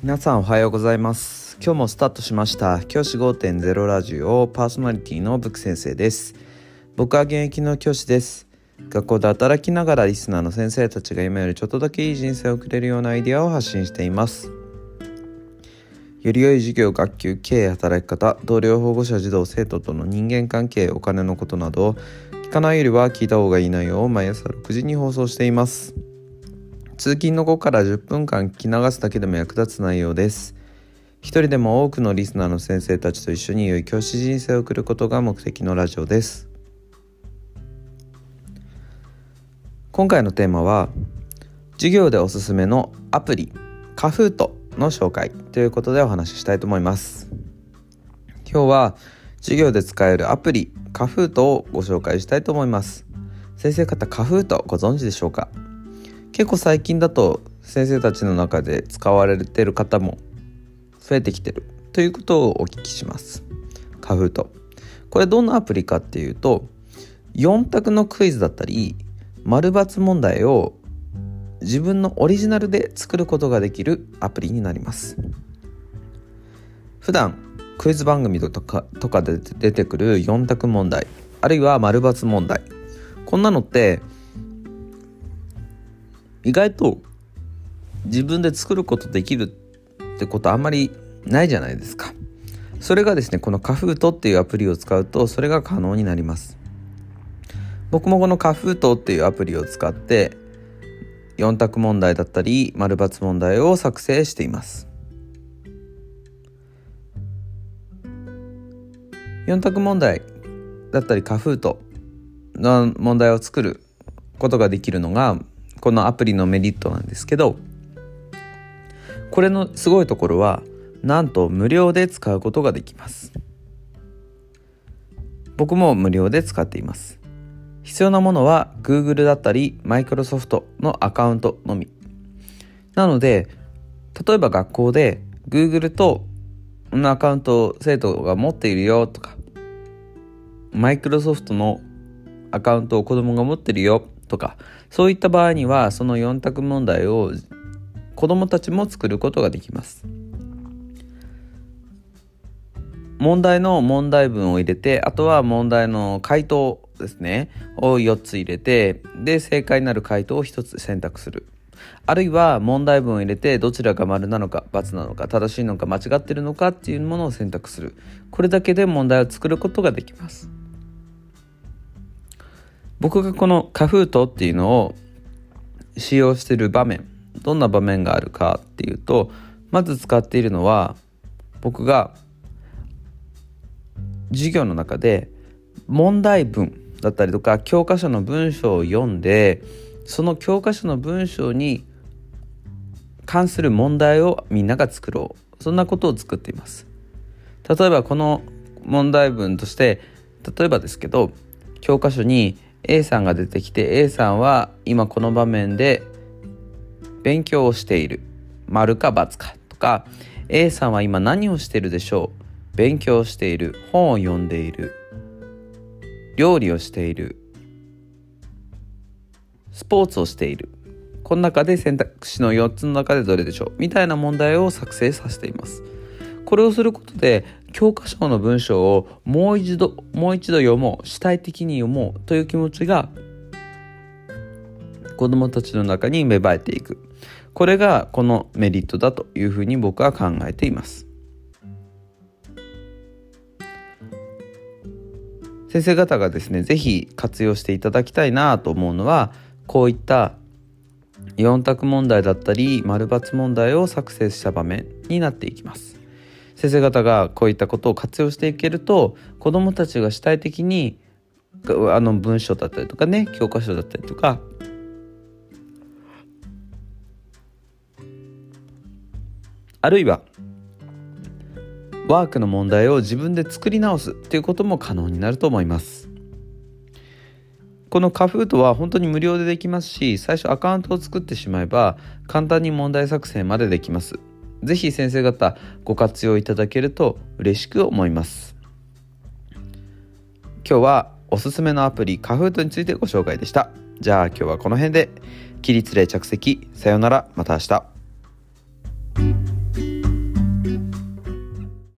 皆さんおはようございます。今日もスタートしました教師 5.0 ラジオパーソナリティのブク先生です。僕は現役の教師です。学校で働きながらリスナーの先生たちが今よりちょっとだけいい人生を送れるようなアイデアを発信しています。より良い授業、学級、経営、働き方、同僚、保護者、児童、生徒との人間関係、お金のことなど聞かないよりは聞いた方がいい内容を毎朝6時に放送しています。通勤の後から10分間聞き流すだけでも役立つ内容です。一人でも多くのリスナーの先生たちと一緒に良い教師人生を送ることが目的のラジオです。今回のテーマは授業でおすすめのアプリカフートの紹介ということでお話ししたいと思います。今日は授業で使えるアプリカフートをご紹介したいと思います。先生方、カフートご存知でしょうか？結構最近だと先生たちの中で使われている方も増えてきてるということをお聞きします。カフート、これどんなアプリかっていうと、4択のクイズだったり丸×問題を自分のオリジナルで作ることができるアプリになります。普段クイズ番組とかで出てくる4択問題、あるいは丸×問題、こんなのって意外と自分で作ることできるってことあんまりないじゃないですか。それがですね、このカフートっていうアプリを使うとそれが可能になります。僕もこのカフートっていうアプリを使って4択問題だったり丸×問題を作成しています。4択問題だったりカフートの問題を作ることができるのがこのアプリのメリットなんですけど、これのすごいところはなんと無料で使うことができます。僕も無料で使っています。必要なものは Google だったり Microsoft のアカウントのみなので、例えば学校で Google とのアカウントを生徒が持っているよとか、 Microsoft のアカウントを子供が持っているよとか、そういった場合にはその4択問題を子どもたちも作ることができます。問題の問題文を入れて、あとは問題の回答ですねを4つ入れて、で正解になる回答を1つ選択する、あるいは問題文を入れてどちらが丸なのか×なのか正しいのか間違っているのかっていうものを選択する。これだけで問題を作ることができます。僕がこのカフートっていうのを使用している場面、どんな場面があるかっていうと、まず使っているのは、僕が授業の中で問題文だったりとか教科書の文章を読んで、その教科書の文章に関する問題をみんなが作ろう、そんなことを作っています。例えばこの問題文として、例えばですけど、教科書にA さんが出てきて、 A さんは今この場面で勉強をしている、丸か×かとか、 A さんは今何をしているでしょう、勉強をしている、本を読んでいる、料理をしている、スポーツをしている、この中で選択肢の4つの中でどれでしょうみたいな問題を作成させています。これをすることで教科書の文章をもう一度読もう、主体的に読もうという気持ちが子どもたちの中に芽生えていく。これがこのメリットだというふうに僕は考えています。先生方がですね、ぜひ活用していただきたいなと思うのは、こういった4択問題だったり丸×問題を作成した場面になっていきます。先生方がこういったことを活用していけると、子どもたちが主体的に文章だったりとかね、教科書だったりとか、あるいはワークの問題を自分で作り直すということも可能になると思います。このカフートは本当に無料でできますし、最初アカウントを作ってしまえば簡単に問題作成までできます。ぜひ先生方ご活用いただけると嬉しく思います。今日はおすすめのアプリカフートについてご紹介でした。じゃあ今日はこの辺で。起立例着席。さようなら。また明日。